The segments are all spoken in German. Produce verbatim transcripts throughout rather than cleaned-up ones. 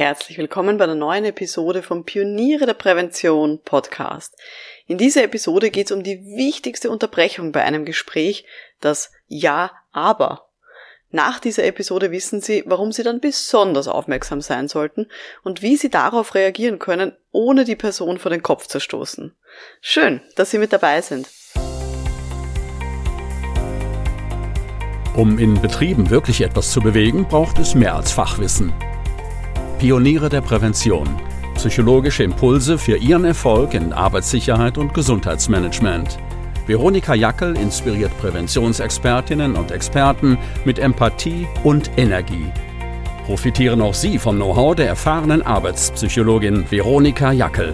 Herzlich willkommen bei einer neuen Episode vom Pioniere der Prävention Podcast. In dieser Episode geht es um die wichtigste Unterbrechung bei einem Gespräch, das Ja, aber. Nach dieser Episode wissen Sie, warum Sie dann besonders aufmerksam sein sollten und wie Sie darauf reagieren können, ohne die Person vor den Kopf zu stoßen. Schön, dass Sie mit dabei sind. Um in Betrieben wirklich etwas zu bewegen, braucht es mehr als Fachwissen. Pioniere der Prävention. Psychologische Impulse für Ihren Erfolg in Arbeitssicherheit und Gesundheitsmanagement. Veronika Jackel inspiriert Präventionsexpertinnen und Experten mit Empathie und Energie. Profitieren auch Sie vom Know-how der erfahrenen Arbeitspsychologin Veronika Jackel.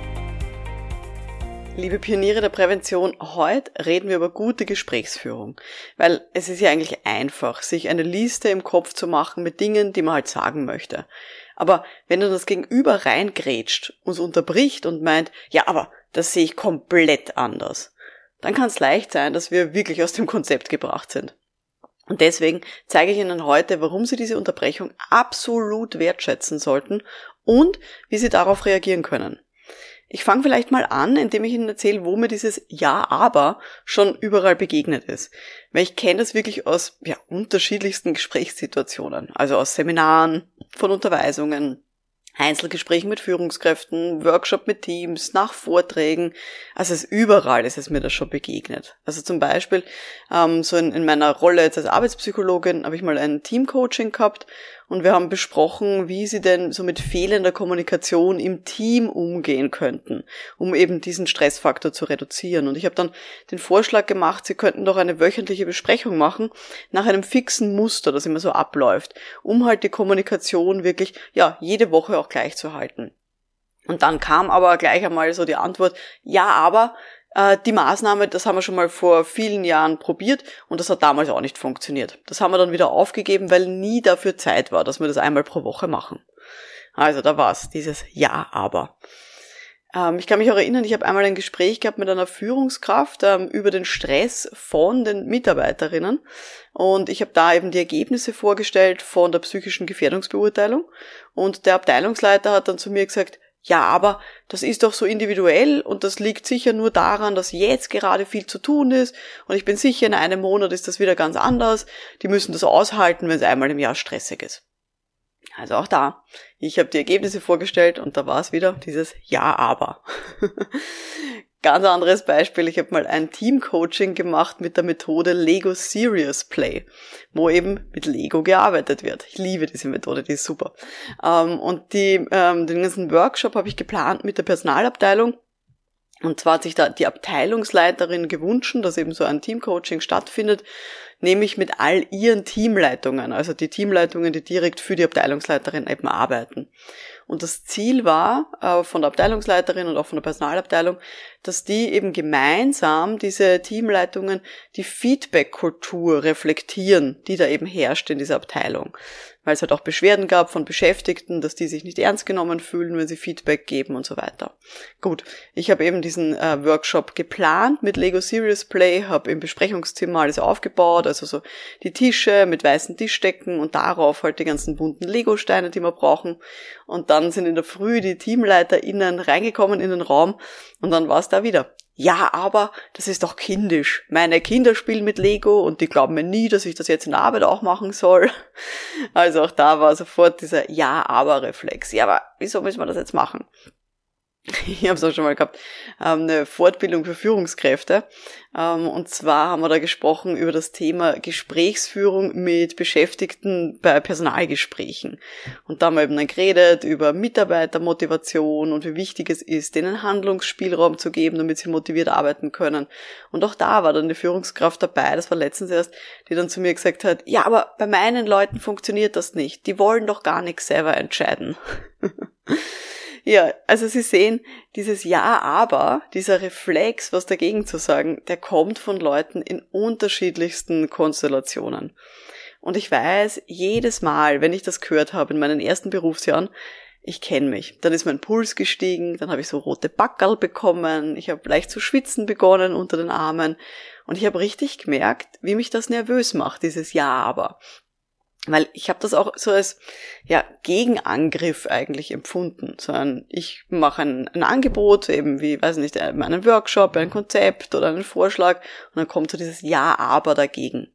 Liebe Pioniere der Prävention, heute reden wir über gute Gesprächsführung, weil es ist ja eigentlich einfach, sich eine Liste im Kopf zu machen mit Dingen, die man halt sagen möchte. Aber wenn dann das Gegenüber reingrätscht, uns unterbricht und meint, ja, aber das sehe ich komplett anders, dann kann es leicht sein, dass wir wirklich aus dem Konzept gebracht sind. Und deswegen zeige ich Ihnen heute, warum Sie diese Unterbrechung absolut wertschätzen sollten und wie Sie darauf reagieren können. Ich fange vielleicht mal an, indem ich Ihnen erzähle, wo mir dieses Ja, aber schon überall begegnet ist. Weil ich kenne das wirklich aus ja, unterschiedlichsten Gesprächssituationen. Also aus Seminaren, von Unterweisungen, Einzelgesprächen mit Führungskräften, Workshop mit Teams, nach Vorträgen. Also es überall ist es mir das schon begegnet. Also zum Beispiel ähm, so in, in meiner Rolle jetzt als Arbeitspsychologin habe ich mal ein Teamcoaching gehabt und wir haben besprochen, wie sie denn so mit fehlender Kommunikation im Team umgehen könnten, um eben diesen Stressfaktor zu reduzieren. Und ich habe dann den Vorschlag gemacht, sie könnten doch eine wöchentliche Besprechung machen, nach einem fixen Muster, das immer so abläuft, um halt die Kommunikation wirklich, ja, jede Woche auch gleich zu halten. Und dann kam aber gleich einmal so die Antwort, ja, aber äh, die Maßnahme, das haben wir schon mal vor vielen Jahren probiert und das hat damals auch nicht funktioniert. Das haben wir dann wieder aufgegeben, weil nie dafür Zeit war, dass wir das einmal pro Woche machen. Also da war's, dieses Ja, aber. Ähm, ich kann mich auch erinnern, ich habe einmal ein Gespräch gehabt mit einer Führungskraft ähm, über den Stress von den Mitarbeiterinnen und ich habe da eben die Ergebnisse vorgestellt von der psychischen Gefährdungsbeurteilung und der Abteilungsleiter hat dann zu mir gesagt, ja, aber das ist doch so individuell und das liegt sicher nur daran, dass jetzt gerade viel zu tun ist und ich bin sicher, in einem Monat ist das wieder ganz anders. Die müssen das aushalten, wenn es einmal im Jahr stressig ist. Also auch da, ich habe die Ergebnisse vorgestellt und da war es wieder dieses Ja, aber. Ganz anderes Beispiel, ich habe mal ein Teamcoaching gemacht mit der Methode Lego Serious Play, wo eben mit Lego gearbeitet wird. Ich liebe diese Methode, die ist super. Und die, den ganzen Workshop habe ich geplant mit der Personalabteilung. Und zwar hat sich da die Abteilungsleiterin gewünscht, dass eben so ein Teamcoaching stattfindet, nämlich mit all ihren Teamleitungen, also die Teamleitungen, die direkt für die Abteilungsleiterin eben arbeiten. Und das Ziel war äh, von der Abteilungsleiterin und auch von der Personalabteilung, dass die eben gemeinsam diese Teamleitungen die Feedback-Kultur reflektieren, die da eben herrscht in dieser Abteilung. Weil es halt auch Beschwerden gab von Beschäftigten, dass die sich nicht ernst genommen fühlen, wenn sie Feedback geben und so weiter. Gut, ich habe eben diesen äh, Workshop geplant mit Lego Serious Play, habe im Besprechungszimmer alles aufgebaut, also so die Tische mit weißen Tischdecken und darauf halt die ganzen bunten Lego-Steine, die wir brauchen. Und dann sind in der Früh die TeamleiterInnen reingekommen in den Raum und dann war es da wieder. Ja, aber das ist doch kindisch. Meine Kinder spielen mit Lego und die glauben mir nie, dass ich das jetzt in der Arbeit auch machen soll. Also auch da war sofort dieser Ja-aber-Reflex. Ja, aber wieso müssen wir das jetzt machen? Ich habe es auch schon mal gehabt, eine Fortbildung für Führungskräfte. Und zwar haben wir da gesprochen über das Thema Gesprächsführung mit Beschäftigten bei Personalgesprächen. Und da haben wir eben dann geredet über Mitarbeitermotivation und wie wichtig es ist, denen Handlungsspielraum zu geben, damit sie motiviert arbeiten können. Und auch da war dann eine Führungskraft dabei, das war letztens erst, die dann zu mir gesagt hat, ja, aber bei meinen Leuten funktioniert das nicht. Die wollen doch gar nichts selber entscheiden. Ja, also Sie sehen, dieses Ja, aber, dieser Reflex, was dagegen zu sagen, der kommt von Leuten in unterschiedlichsten Konstellationen. Und ich weiß, jedes Mal, wenn ich das gehört habe in meinen ersten Berufsjahren, ich kenne mich. Dann ist mein Puls gestiegen, dann habe ich so rote Backerl bekommen, ich habe leicht zu schwitzen begonnen unter den Armen und ich habe richtig gemerkt, wie mich das nervös macht, dieses Ja, aber. Weil ich habe das auch so als ja Gegenangriff eigentlich empfunden. So ein, ich mache ein, ein Angebot, eben wie, weiß nicht, einen Workshop, ein Konzept oder einen Vorschlag und dann kommt so dieses Ja, aber dagegen.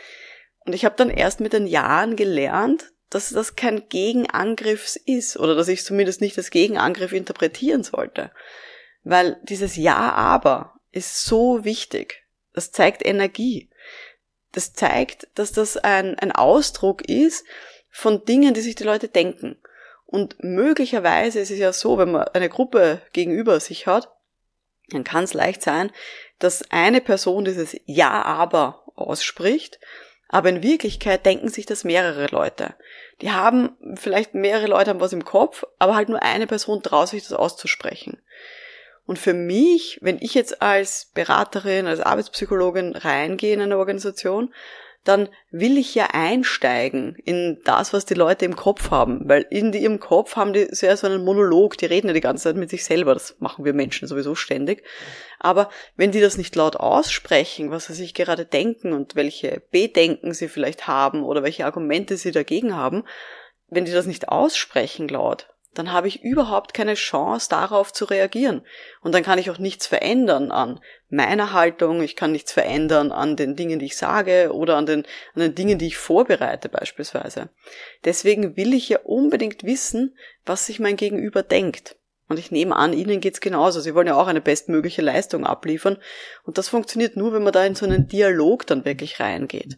Und ich habe dann erst mit den Jahren gelernt, dass das kein Gegenangriff ist oder dass ich es zumindest nicht als Gegenangriff interpretieren sollte. Weil dieses Ja, aber ist so wichtig. Das zeigt Energie. Das zeigt, dass das ein, ein Ausdruck ist von Dingen, die sich die Leute denken. Und möglicherweise ist es ja so, wenn man eine Gruppe gegenüber sich hat, dann kann es leicht sein, dass eine Person dieses Ja, aber ausspricht, aber in Wirklichkeit denken sich das mehrere Leute. Die haben, vielleicht mehrere Leute haben was im Kopf, aber halt nur eine Person traut sich das auszusprechen. Und für mich, wenn ich jetzt als Beraterin, als Arbeitspsychologin reingehe in eine Organisation, dann will ich ja einsteigen in das, was die Leute im Kopf haben. Weil in ihrem Kopf haben die sehr so einen Monolog, die reden ja die ganze Zeit mit sich selber, das machen wir Menschen sowieso ständig. Aber wenn die das nicht laut aussprechen, was sie sich gerade denken und welche Bedenken sie vielleicht haben oder welche Argumente sie dagegen haben, wenn die das nicht aussprechen laut, dann habe ich überhaupt keine Chance, darauf zu reagieren. Und dann kann ich auch nichts verändern an meiner Haltung, ich kann nichts verändern an den Dingen, die ich sage oder an den, an den Dingen, die ich vorbereite beispielsweise. Deswegen will ich ja unbedingt wissen, was sich mein Gegenüber denkt. Und ich nehme an, Ihnen geht's genauso. Sie wollen ja auch eine bestmögliche Leistung abliefern. Und das funktioniert nur, wenn man da in so einen Dialog dann wirklich reingeht.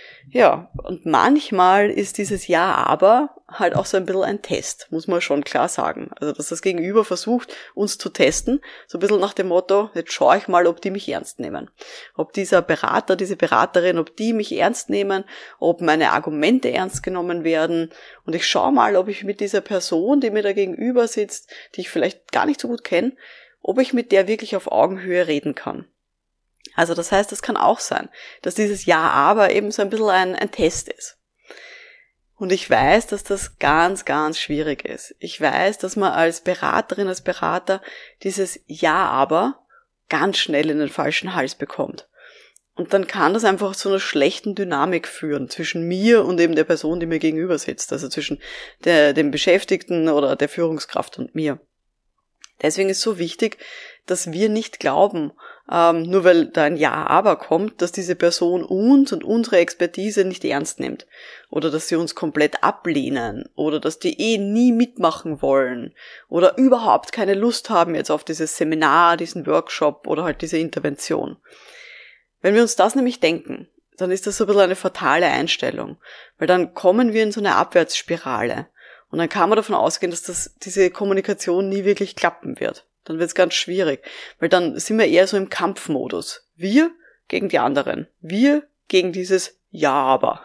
Ja, und manchmal ist dieses Ja, aber halt auch so ein bisschen ein Test, muss man schon klar sagen. Also, dass das Gegenüber versucht, uns zu testen, so ein bisschen nach dem Motto, jetzt schaue ich mal, ob die mich ernst nehmen. Ob dieser Berater, diese Beraterin, ob die mich ernst nehmen, ob meine Argumente ernst genommen werden. Und ich schaue mal, ob ich mit dieser Person, die mir da gegenüber sitzt, die ich vielleicht gar nicht so gut kenne, ob ich mit der wirklich auf Augenhöhe reden kann. Also das heißt, es kann auch sein, dass dieses Ja, aber eben so ein bisschen ein, ein Test ist. Und ich weiß, dass das ganz, ganz schwierig ist. Ich weiß, dass man als Beraterin, als Berater dieses Ja, aber ganz schnell in den falschen Hals bekommt. Und dann kann das einfach zu einer schlechten Dynamik führen zwischen mir und eben der Person, die mir gegenüber sitzt. Also zwischen der, dem Beschäftigten oder der Führungskraft und mir. Deswegen ist so wichtig, dass wir nicht glauben, ähm, nur weil da ein Ja, aber kommt, dass diese Person uns und unsere Expertise nicht ernst nimmt. Oder dass sie uns komplett ablehnen. Oder dass die eh nie mitmachen wollen. Oder überhaupt keine Lust haben jetzt auf dieses Seminar, diesen Workshop oder halt diese Intervention. Wenn wir uns das nämlich denken, dann ist das so ein bisschen eine fatale Einstellung. Weil dann kommen wir in so eine Abwärtsspirale. Und dann kann man davon ausgehen, dass das, diese Kommunikation nie wirklich klappen wird. Dann wird es ganz schwierig, weil dann sind wir eher so im Kampfmodus. Wir gegen die anderen. Wir gegen dieses Ja, aber.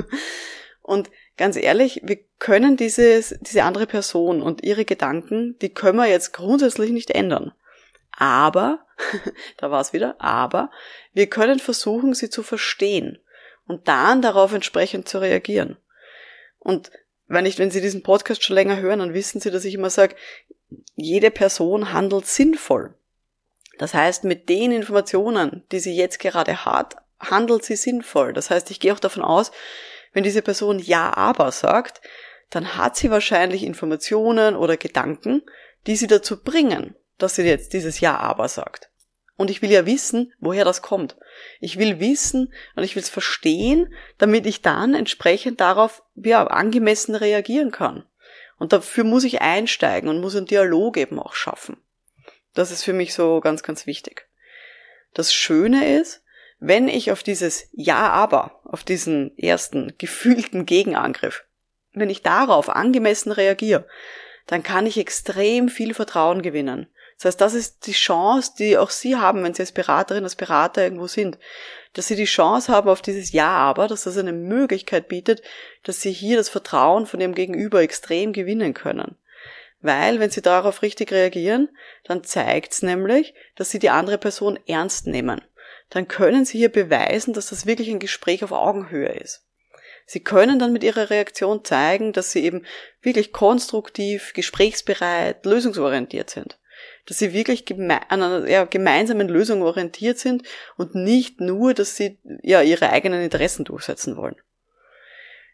Und ganz ehrlich, wir können dieses, diese andere Person und ihre Gedanken, die können wir jetzt grundsätzlich nicht ändern. Aber, da war es wieder, aber wir können versuchen, sie zu verstehen und dann darauf entsprechend zu reagieren. Und wenn nicht, wenn Sie diesen Podcast schon länger hören, dann wissen Sie, dass ich immer sage, jede Person handelt sinnvoll. Das heißt, mit den Informationen, die sie jetzt gerade hat, handelt sie sinnvoll. Das heißt, ich gehe auch davon aus, wenn diese Person Ja, aber sagt, dann hat sie wahrscheinlich Informationen oder Gedanken, die sie dazu bringen, dass sie jetzt dieses Ja, aber sagt. Und ich will ja wissen, woher das kommt. Ich will wissen und ich will es verstehen, damit ich dann entsprechend darauf ja, angemessen reagieren kann. Und dafür muss ich einsteigen und muss einen Dialog eben auch schaffen. Das ist für mich so ganz, ganz wichtig. Das Schöne ist, wenn ich auf dieses Ja, aber, auf diesen ersten gefühlten Gegenangriff, wenn ich darauf angemessen reagiere, dann kann ich extrem viel Vertrauen gewinnen. Das heißt, das ist die Chance, die auch Sie haben, wenn Sie als Beraterin, als Berater irgendwo sind, dass Sie die Chance haben auf dieses Ja, aber, dass das eine Möglichkeit bietet, dass Sie hier das Vertrauen von Ihrem Gegenüber extrem gewinnen können. Weil, wenn Sie darauf richtig reagieren, dann zeigt es nämlich, dass Sie die andere Person ernst nehmen. Dann können Sie hier beweisen, dass das wirklich ein Gespräch auf Augenhöhe ist. Sie können dann mit Ihrer Reaktion zeigen, dass Sie eben wirklich konstruktiv, gesprächsbereit, lösungsorientiert sind. Dass Sie wirklich geme- an einer ja, gemeinsamen Lösung orientiert sind und nicht nur, dass Sie ja Ihre eigenen Interessen durchsetzen wollen.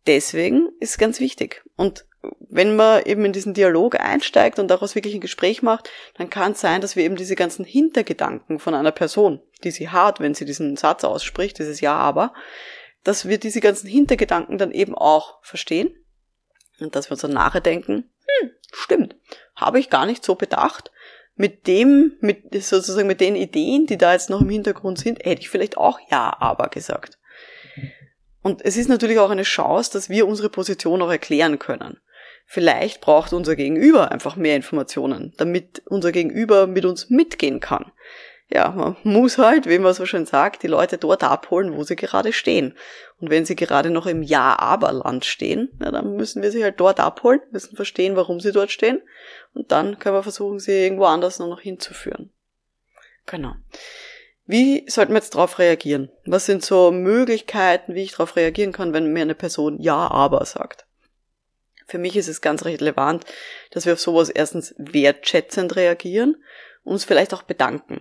deswegen ist es ganz wichtig. Und wenn man eben in diesen Dialog einsteigt und daraus wirklich ein Gespräch macht, dann kann es sein, dass wir eben diese ganzen Hintergedanken von einer Person, die sie hat, wenn sie diesen Satz ausspricht, dieses Ja, aber, dass wir diese ganzen Hintergedanken dann eben auch verstehen und dass wir uns dann nachher denken, hm, stimmt, habe ich gar nicht so bedacht. Mit dem, mit sozusagen mit den Ideen, die da jetzt noch im Hintergrund sind, hätte ich vielleicht auch Ja, aber gesagt. Und es ist natürlich auch eine Chance, dass wir unsere Position auch erklären können. Vielleicht braucht unser Gegenüber einfach mehr Informationen, damit unser Gegenüber mit uns mitgehen kann. Ja, man muss halt, wie man so schön sagt, die Leute dort abholen, wo sie gerade stehen. Und wenn sie gerade noch im Ja-Aber-Land stehen, na, dann müssen wir sie halt dort abholen, müssen verstehen, warum sie dort stehen. Und dann können wir versuchen, sie irgendwo anders noch hinzuführen. Genau. Wie sollten wir jetzt darauf reagieren? Was sind so Möglichkeiten, wie ich darauf reagieren kann, wenn mir eine Person Ja-Aber sagt? Für mich ist es ganz relevant, dass wir auf sowas erstens wertschätzend reagieren und uns vielleicht auch bedanken.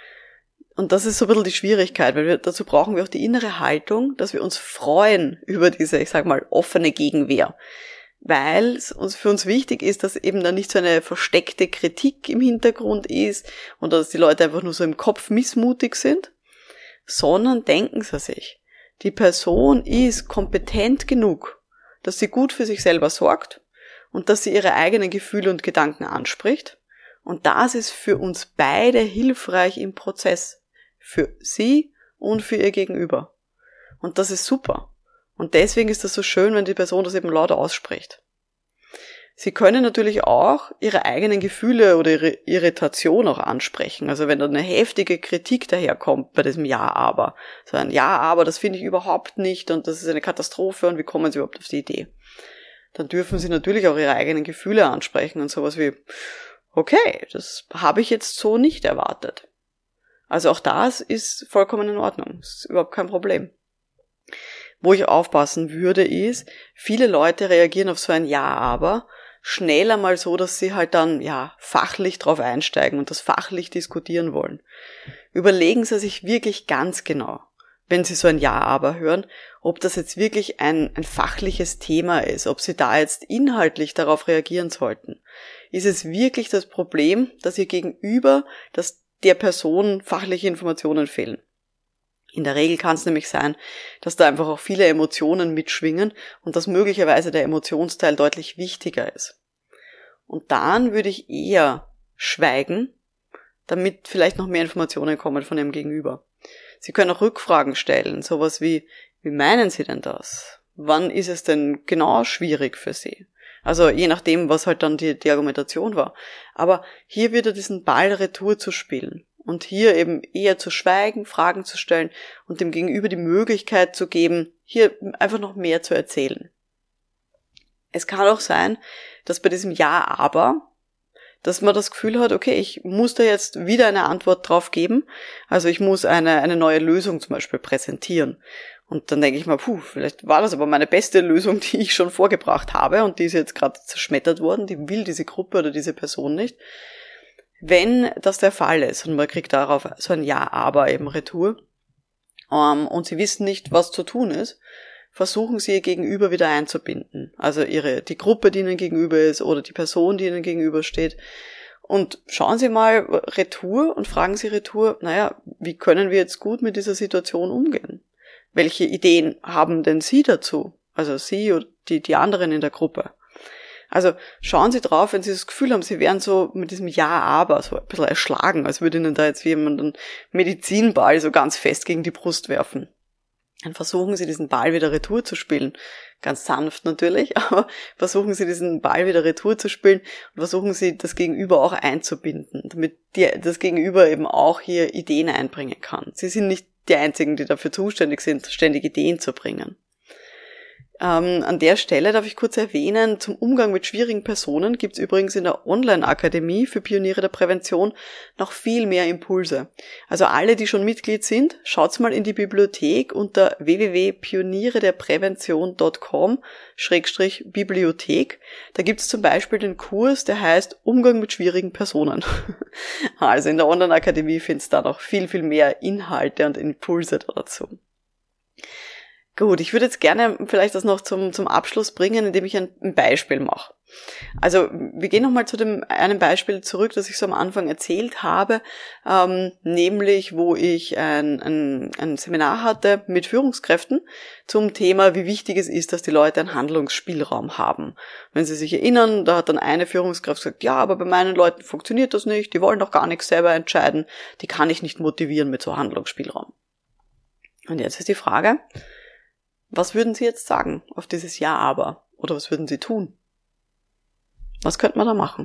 Und das ist so ein bisschen die Schwierigkeit, weil wir, dazu brauchen wir auch die innere Haltung, dass wir uns freuen über diese, ich sag mal, offene Gegenwehr. Weil es uns, für uns wichtig ist, dass eben dann nicht so eine versteckte Kritik im Hintergrund ist und dass die Leute einfach nur so im Kopf missmutig sind, sondern denken sie sich, die Person ist kompetent genug, dass sie gut für sich selber sorgt und dass sie ihre eigenen Gefühle und Gedanken anspricht. Und das ist für uns beide hilfreich im Prozess. Für sie und für ihr Gegenüber. Und das ist super. Und deswegen ist das so schön, wenn die Person das eben laut ausspricht. Sie können natürlich auch ihre eigenen Gefühle oder ihre Irritation auch ansprechen. Also wenn da eine heftige Kritik daherkommt bei diesem Ja, aber. So ein Ja, aber, das finde ich überhaupt nicht und das ist eine Katastrophe und wie kommen Sie überhaupt auf die Idee? Dann dürfen Sie natürlich auch Ihre eigenen Gefühle ansprechen und sowas wie, okay, das habe ich jetzt so nicht erwartet. Also auch das ist vollkommen in Ordnung. Das ist überhaupt kein Problem. Wo ich aufpassen würde ist, viele Leute reagieren auf so ein Ja, aber schneller mal so, dass sie halt dann, ja, fachlich drauf einsteigen und das fachlich diskutieren wollen. Überlegen Sie sich wirklich ganz genau, wenn Sie so ein Ja, aber hören, ob das jetzt wirklich ein, ein fachliches Thema ist, ob Sie da jetzt inhaltlich darauf reagieren sollten. Ist es wirklich das Problem, dass Ihr Gegenüber, dass der Person fachliche Informationen fehlen? In der Regel kann es nämlich sein, dass da einfach auch viele Emotionen mitschwingen und dass möglicherweise der Emotionsteil deutlich wichtiger ist. Und dann würde ich eher schweigen, damit vielleicht noch mehr Informationen kommen von Ihrem Gegenüber. Sie können auch Rückfragen stellen, sowas wie, wie meinen Sie denn das? Wann ist es denn genau schwierig für Sie? Also je nachdem, was halt dann die, die Argumentation war. Aber hier wieder diesen Ball retour zu spielen und hier eben eher zu schweigen, Fragen zu stellen und dem Gegenüber die Möglichkeit zu geben, hier einfach noch mehr zu erzählen. Es kann auch sein, dass bei diesem Ja, aber, dass man das Gefühl hat, okay, ich muss da jetzt wieder eine Antwort drauf geben. Also ich muss eine, eine neue Lösung zum Beispiel präsentieren. Und dann denke ich mal, puh, vielleicht war das aber meine beste Lösung, die ich schon vorgebracht habe und die ist jetzt gerade zerschmettert worden, die will diese Gruppe oder diese Person nicht. Wenn das der Fall ist und man kriegt darauf so ein Ja, aber eben Retour ähm, und Sie wissen nicht, was zu tun ist, versuchen Sie Ihr Gegenüber wieder einzubinden. Also ihre die Gruppe, die Ihnen gegenüber ist oder die Person, die Ihnen gegenüber steht. Und schauen Sie mal Retour und fragen Sie Retour, naja, wie können wir jetzt gut mit dieser Situation umgehen? Welche Ideen haben denn Sie dazu? Also Sie oder die, die anderen in der Gruppe. Also schauen Sie drauf, wenn Sie das Gefühl haben, Sie wären so mit diesem Ja, aber so ein bisschen erschlagen, als würde Ihnen da jetzt jemand einen Medizinball so ganz fest gegen die Brust werfen. Dann versuchen Sie diesen Ball wieder retour zu spielen. Ganz sanft natürlich, aber versuchen Sie diesen Ball wieder retour zu spielen und versuchen Sie das Gegenüber auch einzubinden, damit die, das Gegenüber eben auch hier Ideen einbringen kann. Sie sind nicht die Einzigen, die dafür zuständig sind, ständig Ideen zu bringen. Ähm, an der Stelle darf ich kurz erwähnen, zum Umgang mit schwierigen Personen gibt es übrigens in der Online-Akademie für Pioniere der Prävention noch viel mehr Impulse. Also alle, die schon Mitglied sind, schaut's mal in die Bibliothek unter w w w punkt pioniere der prävention punkt com Schrägstrich Bibliothek. Da gibt's zum Beispiel den Kurs, der heißt Umgang mit schwierigen Personen. Also in der Online-Akademie findest du da noch viel, viel mehr Inhalte und Impulse dazu. Gut, ich würde jetzt gerne vielleicht das noch zum, zum Abschluss bringen, indem ich ein, ein Beispiel mache. Also wir gehen nochmal zu dem einem Beispiel zurück, das ich so am Anfang erzählt habe, ähm, nämlich wo ich ein, ein, ein Seminar hatte mit Führungskräften zum Thema, wie wichtig es ist, dass die Leute einen Handlungsspielraum haben. Wenn Sie sich erinnern, da hat dann eine Führungskraft gesagt, ja, aber bei meinen Leuten funktioniert das nicht, die wollen doch gar nichts selber entscheiden, die kann ich nicht motivieren mit so Handlungsspielraum. Und jetzt ist die Frage, was würden Sie jetzt sagen auf dieses Ja, aber? Oder was würden Sie tun? Was könnte man da machen?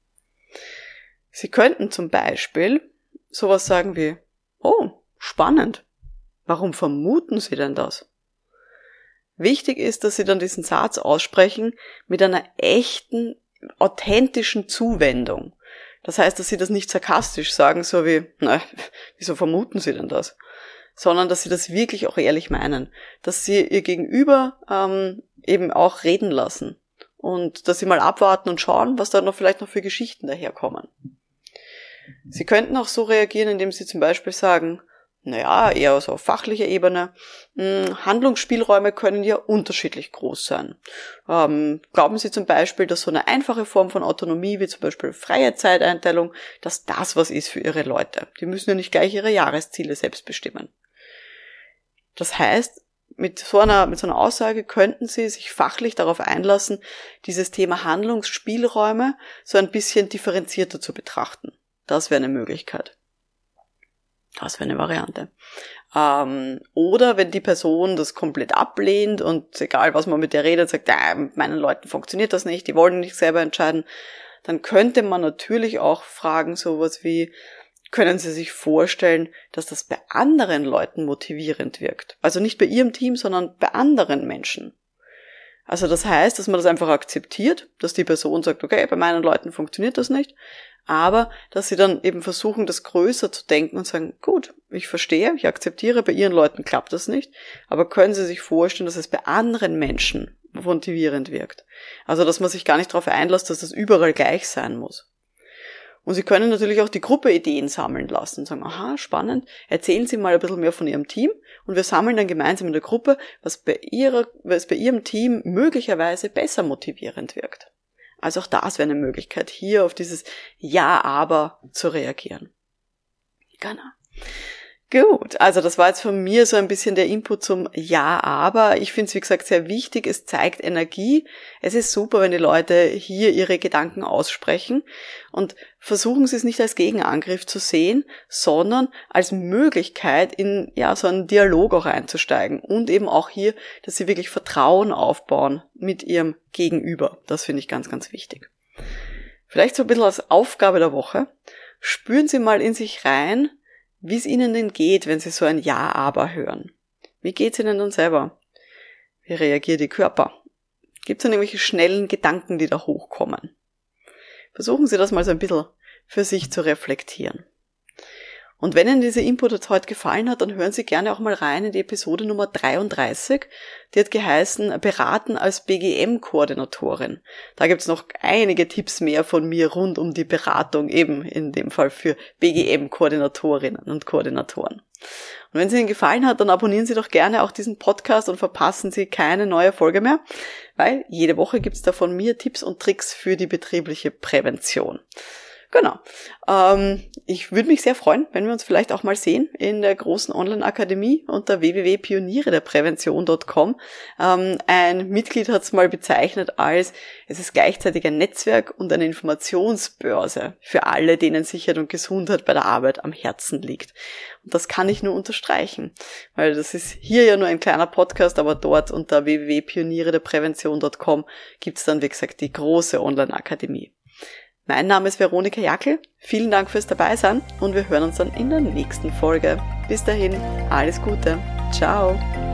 Sie könnten zum Beispiel sowas sagen wie, oh, spannend. Warum vermuten Sie denn das? Wichtig ist, dass Sie dann diesen Satz aussprechen mit einer echten, authentischen Zuwendung. Das heißt, dass Sie das nicht sarkastisch sagen, so wie, na, wieso vermuten Sie denn das? Sondern dass Sie das wirklich auch ehrlich meinen, dass Sie Ihr Gegenüber ähm, eben auch reden lassen und dass Sie mal abwarten und schauen, was da noch vielleicht noch für Geschichten daherkommen. Sie könnten auch so reagieren, indem Sie zum Beispiel sagen, naja, eher so auf fachlicher Ebene, mh, Handlungsspielräume können ja unterschiedlich groß sein. Ähm, glauben Sie zum Beispiel, dass so eine einfache Form von Autonomie, wie zum Beispiel freie Zeiteinteilung, dass das was ist für Ihre Leute? Die müssen ja nicht gleich ihre Jahresziele selbst bestimmen. Das heißt, mit so einer, mit so einer Aussage könnten Sie sich fachlich darauf einlassen, dieses Thema Handlungsspielräume so ein bisschen differenzierter zu betrachten. Das wäre eine Möglichkeit. Das wäre eine Variante. Ähm, oder wenn die Person das komplett ablehnt und egal, was man mit der redet, sagt, ja, mit meinen Leuten funktioniert das nicht, die wollen nicht selber entscheiden, dann könnte man natürlich auch fragen, sowas wie, können Sie sich vorstellen, dass das bei anderen Leuten motivierend wirkt? Also nicht bei Ihrem Team, sondern bei anderen Menschen. Also das heißt, dass man das einfach akzeptiert, dass die Person sagt, okay, bei meinen Leuten funktioniert das nicht, aber dass sie dann eben versuchen, das größer zu denken und sagen, gut, ich verstehe, ich akzeptiere, bei Ihren Leuten klappt das nicht, aber können Sie sich vorstellen, dass es bei anderen Menschen motivierend wirkt? Also dass man sich gar nicht darauf einlässt, dass das überall gleich sein muss. Und Sie können natürlich auch die Gruppe Ideen sammeln lassen und sagen, aha, spannend, erzählen Sie mal ein bisschen mehr von Ihrem Team und wir sammeln dann gemeinsam in der Gruppe, was bei ihrer, was bei Ihrem Team möglicherweise besser motivierend wirkt. Also auch das wäre eine Möglichkeit, hier auf dieses Ja, aber zu reagieren. Genau. Gut, also das war jetzt von mir so ein bisschen der Input zum Ja, aber. Ich finde es, wie gesagt, sehr wichtig. Es zeigt Energie. Es ist super, wenn die Leute hier ihre Gedanken aussprechen und versuchen Sie es nicht als Gegenangriff zu sehen, sondern als Möglichkeit, in ja so einen Dialog auch einzusteigen und eben auch hier, dass Sie wirklich Vertrauen aufbauen mit Ihrem Gegenüber. Das finde ich ganz, ganz wichtig. Vielleicht so ein bisschen als Aufgabe der Woche. Spüren Sie mal in sich rein, wie es Ihnen denn geht, wenn Sie so ein Ja, aber hören. Wie geht's Ihnen dann selber? Wie reagiert Ihr Körper? Gibt es denn irgendwelche schnellen Gedanken, die da hochkommen? Versuchen Sie das mal so ein bisschen für sich zu reflektieren. Und wenn Ihnen dieser Input jetzt heute gefallen hat, dann hören Sie gerne auch mal rein in die Episode Nummer dreiunddreißig. Die hat geheißen, Beraten als B G M-Koordinatorin. Da gibt's noch einige Tipps mehr von mir rund um die Beratung, eben in dem Fall für B G M-Koordinatorinnen und Koordinatoren. Und wenn es Ihnen gefallen hat, dann abonnieren Sie doch gerne auch diesen Podcast und verpassen Sie keine neue Folge mehr, weil jede Woche gibt's da von mir Tipps und Tricks für die betriebliche Prävention. Genau. Ähm, ich würde mich sehr freuen, wenn wir uns vielleicht auch mal sehen in der großen Online-Akademie unter w w w punkt pioniere der prävention punkt com. Ähm, ein Mitglied hat es mal bezeichnet als, es ist gleichzeitig ein Netzwerk und eine Informationsbörse für alle, denen Sicherheit und Gesundheit bei der Arbeit am Herzen liegt. Und das kann ich nur unterstreichen, weil das ist hier ja nur ein kleiner Podcast, aber dort unter w w w punkt pioniere der prävention punkt com gibt's dann, wie gesagt, die große Online-Akademie. Mein Name ist Veronika Jackel, vielen Dank fürs Dabeisein und wir hören uns dann in der nächsten Folge. Bis dahin, alles Gute, ciao!